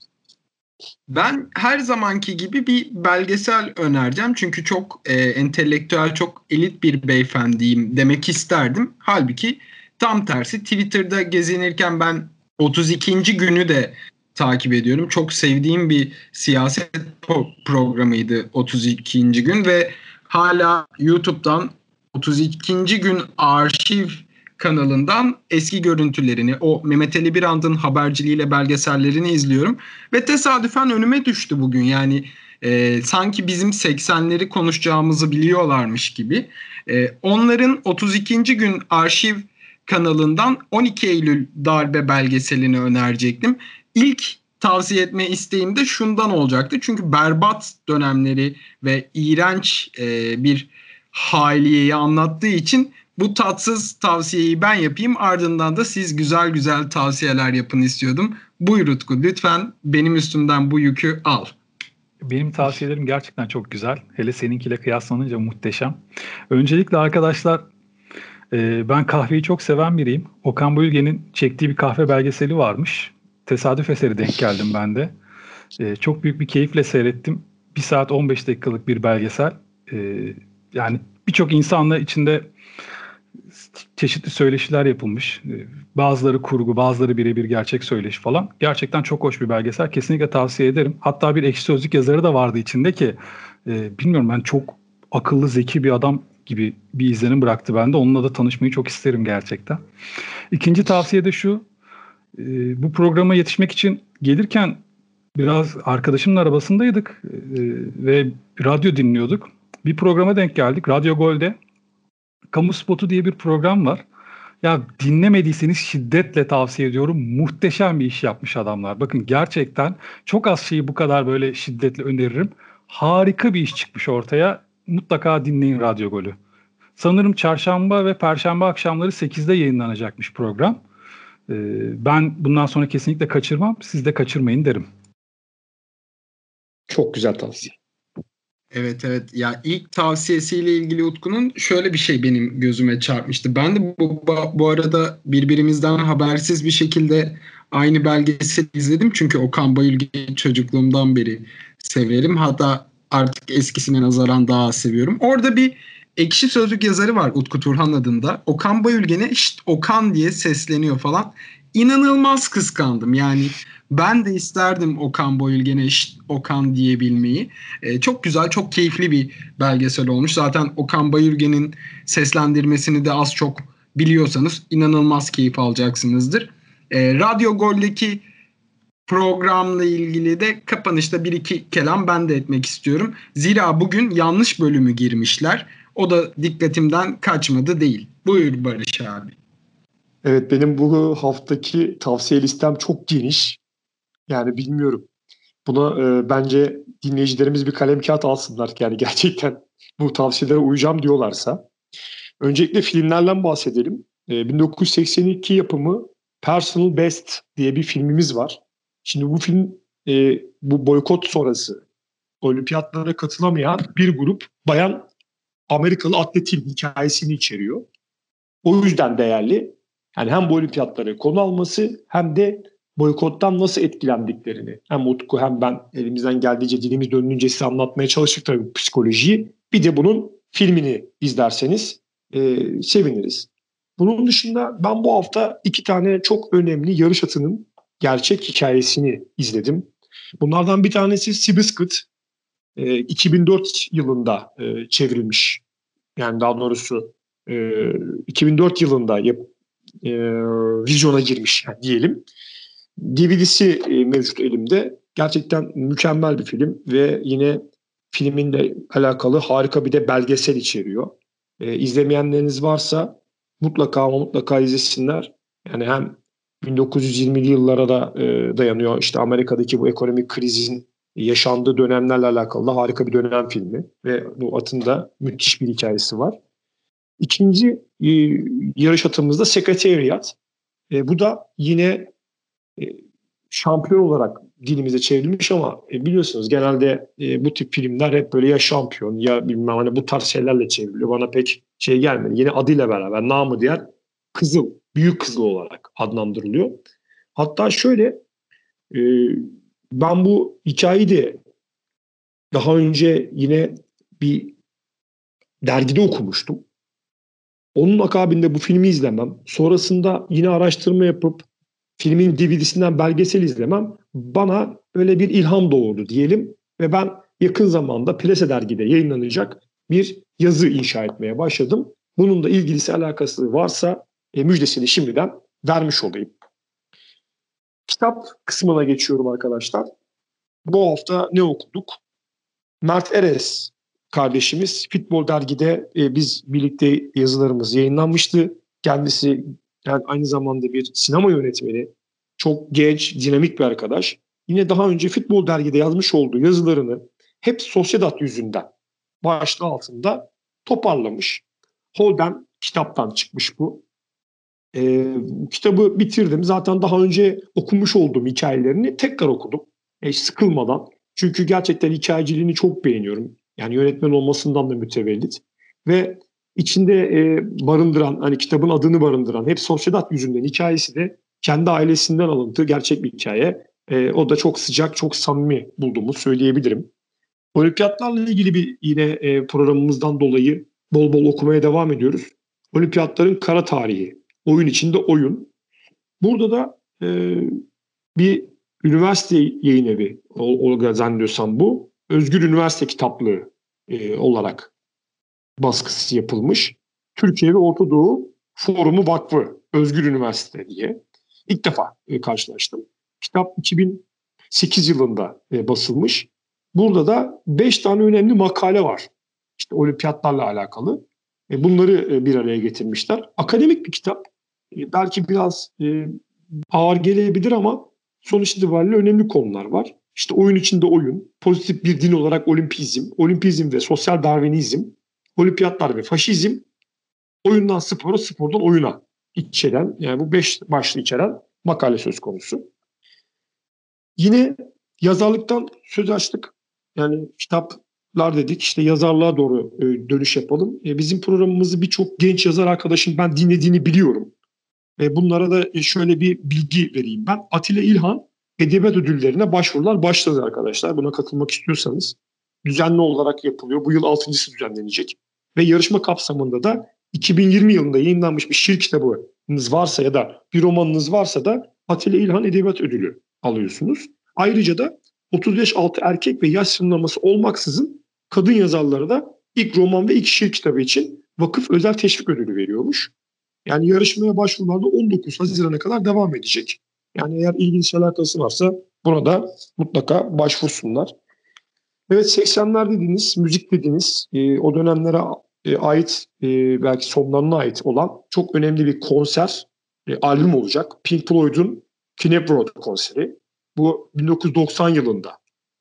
S2: Ben her zamanki gibi bir belgesel önereceğim. Çünkü çok e, entelektüel, çok elit bir beyefendiyim demek isterdim. Halbuki tam tersi, Twitter'da gezinirken ben otuz ikinci günü de takip ediyorum. Çok sevdiğim bir siyaset po- programıydı otuz ikinci gün ve hala YouTube'dan otuz ikinci gün arşiv kanalından eski görüntülerini, o Mehmet Ali Birand'ın haberciliğiyle belgesellerini izliyorum. Ve tesadüfen önüme düştü bugün. Yani e, sanki bizim seksenleri konuşacağımızı biliyorlarmış gibi. E, onların otuz ikinci gün arşiv kanalından on iki Eylül darbe belgeselini önerecektim. İlk tavsiye etme isteğim de şundan olacaktı. Çünkü berbat dönemleri ve iğrenç e, bir haliyeyi anlattığı için bu tatsız tavsiyeyi ben yapayım, ardından da siz güzel güzel tavsiyeler yapın istiyordum. Buyur Utku, lütfen benim üstümden bu yükü al.
S3: Benim tavsiyelerim gerçekten çok güzel. Hele seninkiyle kıyaslanınca muhteşem. Öncelikle arkadaşlar, e, ben kahveyi çok seven biriyim. Okan Bayülgen'in çektiği bir kahve belgeseli varmış. Tesadüf eseri denk geldim ben de. E, çok büyük bir keyifle seyrettim. bir saat on beş dakikalık bir belgesel. E, yani birçok insanla içinde çeşitli söyleşiler yapılmış. Bazıları kurgu, bazıları birebir gerçek söyleşi falan. Gerçekten çok hoş bir belgesel. Kesinlikle tavsiye ederim. Hatta bir Ekşi Sözlük yazarı da vardı içinde ki e, bilmiyorum, ben çok akıllı, zeki bir adam gibi bir izlenim bıraktı bende. Onunla da tanışmayı çok isterim gerçekten. İkinci tavsiye de şu. E, bu programa yetişmek için gelirken biraz arkadaşımın arabasındaydık e, ve radyo dinliyorduk. Bir programa denk geldik. Radyo Gol'de Kamu Spotu diye bir program var. Ya dinlemediyseniz şiddetle tavsiye ediyorum. Muhteşem bir iş yapmış adamlar. Bakın gerçekten çok az şeyi bu kadar böyle şiddetle öneririm. Harika bir iş çıkmış ortaya. Mutlaka dinleyin Radyo Gol'ü. Sanırım çarşamba ve perşembe akşamları sekizde yayınlanacakmış program. Ee, ben bundan sonra kesinlikle kaçırmam. Siz de kaçırmayın derim.
S4: Çok güzel tavsiye.
S2: Evet evet, ya ilk tavsiyesiyle ilgili Utku'nun şöyle bir şey benim gözüme çarpmıştı. Ben de bu, bu arada birbirimizden habersiz bir şekilde aynı belgeseli izledim. Çünkü Okan Bayülgen'i çocukluğumdan beri severim. Hatta artık eskisine nazaran daha az seviyorum. Orada bir Ekşi Sözlük yazarı var, Utku Turhan adında. Okan Bayülgen'e "şşt Okan" diye sesleniyor falan. İnanılmaz kıskandım. Yani ben de isterdim Okan Bayülgen'e "şşt Okan" diyebilmeyi. Ee, çok güzel, çok keyifli bir belgesel olmuş. Zaten Okan Bayülgen'in seslendirmesini de az çok biliyorsanız inanılmaz keyif alacaksınızdır. Ee, Radyo Gol'deki programla ilgili de kapanışta bir iki kelam ben de etmek istiyorum. Zira bugün yanlış bölümü girmişler. O da dikkatimden kaçmadı değil. Buyur Barış abi.
S4: Evet, benim bu haftaki tavsiye listem çok geniş. Yani bilmiyorum. Buna e, bence dinleyicilerimiz bir kalem kağıt alsınlar. Yani gerçekten bu tavsiyelere uyacağım diyorlarsa. Öncelikle filmlerden bahsedelim. E, bin dokuz yüz seksen iki yapımı Personal Best diye bir filmimiz var. Şimdi bu film e, bu boykot sonrası olimpiyatlara katılamayan bir grup bayan Amerikalı atletin hikayesini içeriyor. O yüzden değerli. Yani hem bu olimpiyatları konu alması hem de boykottan nasıl etkilendiklerini hem Utku hem ben elimizden geldiğince dilimiz döndüğünce size anlatmaya çalıştık tabii psikolojiyi. Bir de bunun filmini izlerseniz e, seviniriz. Bunun dışında ben bu hafta iki tane çok önemli yarış atının gerçek hikayesini izledim. Bunlardan bir tanesi Seabiscuit. E, iki bin dört yılında e, çevrilmiş. Yani daha doğrusu e, iki bin dört yılında yap, e, vizyona girmiş yani diyelim. D V D'si e, mevcut elimde. Gerçekten mükemmel bir film ve yine filminle alakalı harika bir de belgesel içeriyor. E, izlemeyenleriniz varsa mutlaka ama mutlaka izlesinler. Yani hem bin dokuz yüz yirmili yıllara da e, dayanıyor. İşte Amerika'daki bu ekonomik krizin yaşandığı dönemlerle alakalı da harika bir dönem filmi ve bu atın da müthiş bir hikayesi var. İkinci e, yarış atımız da Secretariat. E, bu da yine e, şampiyon olarak dilimize çevrilmiş ama e, biliyorsunuz genelde e, bu tip filmler hep böyle ya şampiyon ya bilmem hani bu tarz şeylerle çevriliyor. Bana pek şey gelmedi. Yine adıyla beraber namı diğer Kızıl, Büyük Kızıl olarak adlandırılıyor. Hatta şöyle e, ben bu hikayeyi de daha önce yine bir dergide okumuştum. Onun akabinde bu filmi izlemem, sonrasında yine araştırma yapıp filmin D V D'sinden belgesel izlemem bana böyle bir ilham doğurdu diyelim ve ben yakın zamanda Plase dergide yayınlanacak bir yazı inşa etmeye başladım. Bunun da ilgilisi alakası varsa e, müjdesini şimdiden vermiş olayım. Kitap kısmına geçiyorum arkadaşlar. Bu hafta ne okuduk? Mert Eres kardeşimiz Futbol dergide e, biz birlikte yazılarımız yayınlanmıştı. Kendisi yani aynı zamanda bir sinema yönetmeni, çok genç, dinamik bir arkadaş. Yine daha önce Futbol dergide yazmış olduğu yazılarını hep Sociedad yüzünden başlığı altında toparlamış. Holden kitaptan çıkmış bu. E, kitabı bitirdim. Zaten daha önce okumuş olduğum hikayelerini tekrar okudum. E, sıkılmadan. Çünkü gerçekten hikayeciliğini çok beğeniyorum. Yani yönetmen olmasından da mütevellit. Ve içinde e, barındıran, hani kitabın adını barındıran hep Sociedad yüzünden hikayesi de kendi ailesinden alıntı gerçek bir hikaye. E, o da çok sıcak, çok samimi bulduğumu söyleyebilirim. Olimpiyatlarla ilgili bir yine e, programımızdan dolayı bol bol okumaya devam ediyoruz. Olimpiyatların kara tarihi, oyun içinde oyun. Burada da e, bir üniversite yayın evi olarak zannediyorsam bu. Özgür Üniversite Kitaplığı e, olarak baskısı yapılmış. Türkiye ve Orta Doğu Forumu Vakfı Özgür Üniversite diye ilk defa e, karşılaştım. Kitap iki bin sekiz yılında e, basılmış. Burada da beş tane önemli makale var. İşte olimpiyatlarla alakalı. E, bunları e, bir araya getirmişler. Akademik bir kitap. E, belki biraz e, ağır gelebilir ama sonuç itibariyle önemli konular var. İşte oyun içinde oyun, pozitif bir din olarak olimpizm, olimpizm ve sosyal darwinizm, olimpiyatlar ve faşizm, oyundan spora, spordan oyuna içeren, yani bu beş başlığı içeren makale söz konusu. Yine yazarlıktan söz açtık. Yani kitaplar dedik, işte yazarlığa doğru dönüş yapalım. Bizim programımızı birçok genç yazar arkadaşım ben dinlediğini biliyorum. Bunlara da şöyle bir bilgi vereyim ben. Atilla İlhan Edebiyat Ödülleri'ne başvurular başladı arkadaşlar. Buna katılmak istiyorsanız düzenli olarak yapılıyor. Bu yıl altıncısı düzenlenecek. Ve yarışma kapsamında da iki bin yirmi yılında yayınlanmış bir şiir kitabınız varsa ya da bir romanınız varsa da Atilla İlhan Edebiyat Ödülü alıyorsunuz. Ayrıca da otuz yaş altı erkek ve yaş sınırlaması olmaksızın kadın yazarlara da ilk roman ve ilk şiir kitabı için vakıf özel teşvik ödülü veriyormuş. Yani yarışmaya başvurularda on dokuz Haziran'a kadar devam edecek. Yani eğer ilgisi alakası varsa buna da mutlaka başvursunlar. Evet, seksenler dediğiniz, müzik dediğiniz e, o dönemlere e, ait e, belki sonlarına ait olan çok önemli bir konser, e, albüm olacak. Pink Floyd'un Knebworth konseri. Bu bin dokuz yüz doksan yılında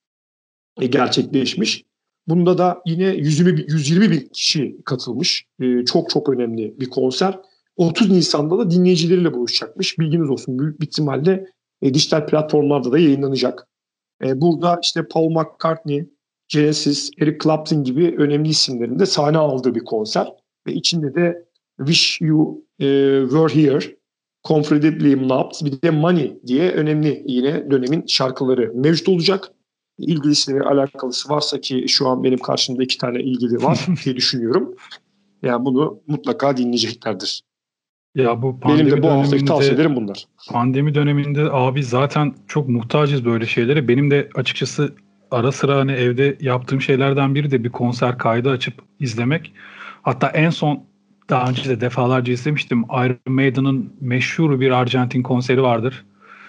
S4: e, gerçekleşmiş. Bunda da yine yüz yirmi bin kişi katılmış. E, çok çok önemli bir konser. otuz Nisan'da da dinleyicileriyle buluşacakmış. Bilginiz olsun, büyük bir ihtimalle e, dijital platformlarda da yayınlanacak. E, burada işte Paul McCartney, Genesis, Eric Clapton gibi önemli isimlerin de sahne aldığı bir konser. Ve içinde de Wish You e, Were Here, Comfortably Numb, bir de Money diye önemli yine dönemin şarkıları mevcut olacak. İlgilisiyle alakalısı varsa ki şu an benim karşımda iki tane ilgili var diye düşünüyorum. Yani bunu mutlaka dinleyeceklerdir.
S3: Ya bu pandemi
S4: Benim de bu haftaki
S3: döneminde,
S4: tavsiyelerim bunlar.
S3: Pandemi döneminde abi zaten çok muhtacız böyle şeylere. Benim de açıkçası ara sıra hani evde yaptığım şeylerden biri de bir konser kaydı açıp izlemek. Hatta en son daha önce de defalarca izlemiştim. Iron Maiden'ın meşhur bir Arjantin konseri vardır.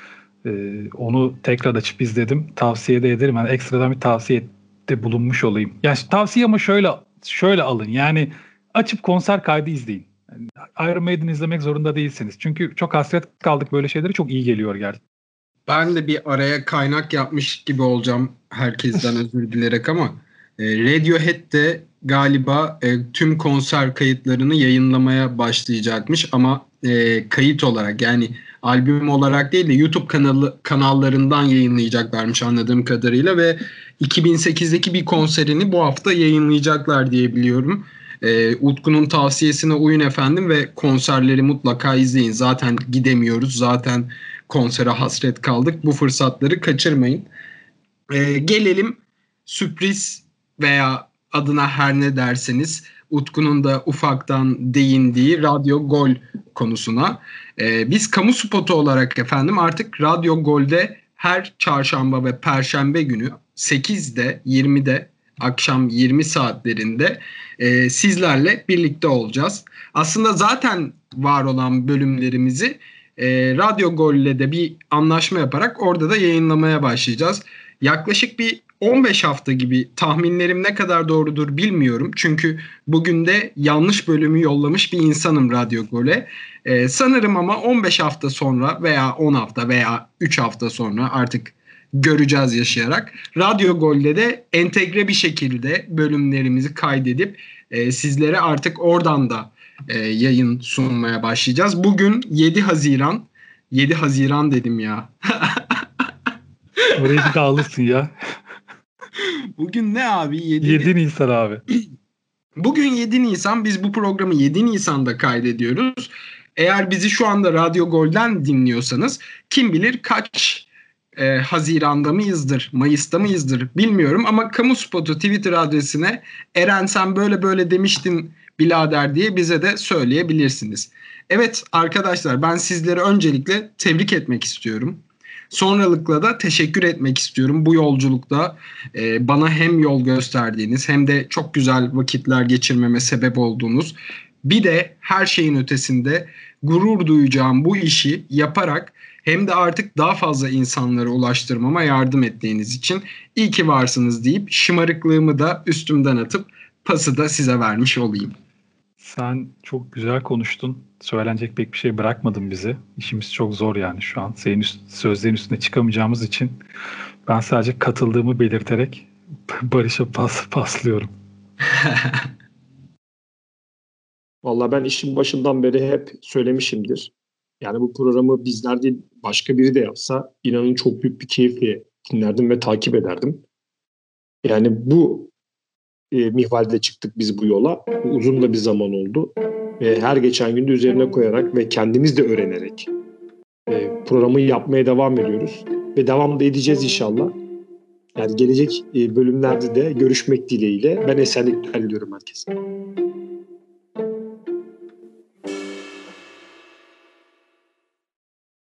S3: Ee, onu tekrar açıp izledim. Tavsiye de ederim. Yani ekstradan bir tavsiyede bulunmuş olayım. Yani tavsiye ama şöyle şöyle alın. Yani açıp konser kaydı izleyin. Yani Iron Maiden izlemek zorunda değilsiniz. Çünkü çok hasret kaldık böyle şeylere. Çok iyi geliyor gerçekten.
S2: Ben de bir araya kaynak yapmış gibi olacağım herkesten özür dilerek ama e, Radiohead de galiba e, tüm konser kayıtlarını yayınlamaya başlayacakmış ama e, kayıt olarak yani albüm olarak değil de YouTube kanalı kanallarından yayınlayacaklarmış anladığım kadarıyla ve iki bin sekizdeki bir konserini bu hafta yayınlayacaklar diye biliyorum. E, Utku'nun tavsiyesine uyun efendim ve konserleri mutlaka izleyin. Zaten gidemiyoruz. Zaten konsere hasret kaldık. Bu fırsatları kaçırmayın. Ee, gelelim sürpriz veya adına her ne derseniz Utku'nun da ufaktan değindiği Radyo Gol konusuna. Ee, biz kamu spotu olarak efendim artık Radyo Gol'de her çarşamba ve perşembe günü sekizde yirmide akşam yirmi saatlerinde e, sizlerle birlikte olacağız. Aslında zaten var olan bölümlerimizi e, Radyo Gol'le de bir anlaşma yaparak orada da yayınlamaya başlayacağız. Yaklaşık bir on beş hafta gibi, tahminlerim ne kadar doğrudur bilmiyorum. Çünkü bugün de yanlış bölümü yollamış bir insanım Radyo Gol'e. Ee, sanırım ama on beş hafta sonra veya on hafta veya üç hafta sonra artık göreceğiz yaşayarak. Radyo Gol'de de entegre bir şekilde bölümlerimizi kaydedip e, sizlere artık oradan da e, yayın sunmaya başlayacağız. Bugün yedi Haziran. yedi Haziran dedim ya.
S3: Orayı bir de alırsın ya.
S2: Bugün ne abi?
S3: yedi Nisan abi.
S2: Bugün yedi Nisan. Biz bu programı yedi Nisan'da kaydediyoruz. Eğer bizi şu anda Radyo Gol'den dinliyorsanız kim bilir kaç e, Haziran'da mıyızdır, Mayıs'ta mıyızdır bilmiyorum. Ama kamu spotu Twitter adresine Eren sen böyle böyle demiştin birader diye bize de söyleyebilirsiniz. Evet arkadaşlar ben sizleri öncelikle tebrik etmek istiyorum. Sonralıkla da teşekkür etmek istiyorum. Bu yolculukta e, bana hem yol gösterdiğiniz hem de çok güzel vakitler geçirmeme sebep olduğunuz, bir de her şeyin ötesinde gurur duyacağım bu işi yaparak hem de artık daha fazla insanlara ulaştırmama yardım ettiğiniz için iyi ki varsınız deyip şımarıklığımı da üstümden atıp pası da size vermiş olayım.
S3: Sen çok güzel konuştun. Söylenecek pek bir şey bırakmadın bize. İşimiz çok zor yani şu an. Senin üst, sözlerin üstüne çıkamayacağımız için ben sadece katıldığımı belirterek Barış'a pas, paslıyorum.
S4: Vallahi ben işin başından beri hep söylemişimdir. Yani bu programı bizler değil başka biri de yapsa inanın çok büyük bir keyifle dinlerdim ve takip ederdim. Yani bu e, mihvalde çıktık biz bu yola. Uzun da bir zaman oldu. Ve her geçen günde üzerine koyarak ve kendimiz de öğrenerek e, programı yapmaya devam ediyoruz. Ve devam da edeceğiz inşallah. Yani gelecek e, bölümlerde de görüşmek dileğiyle ben esenlikler diliyorum herkese.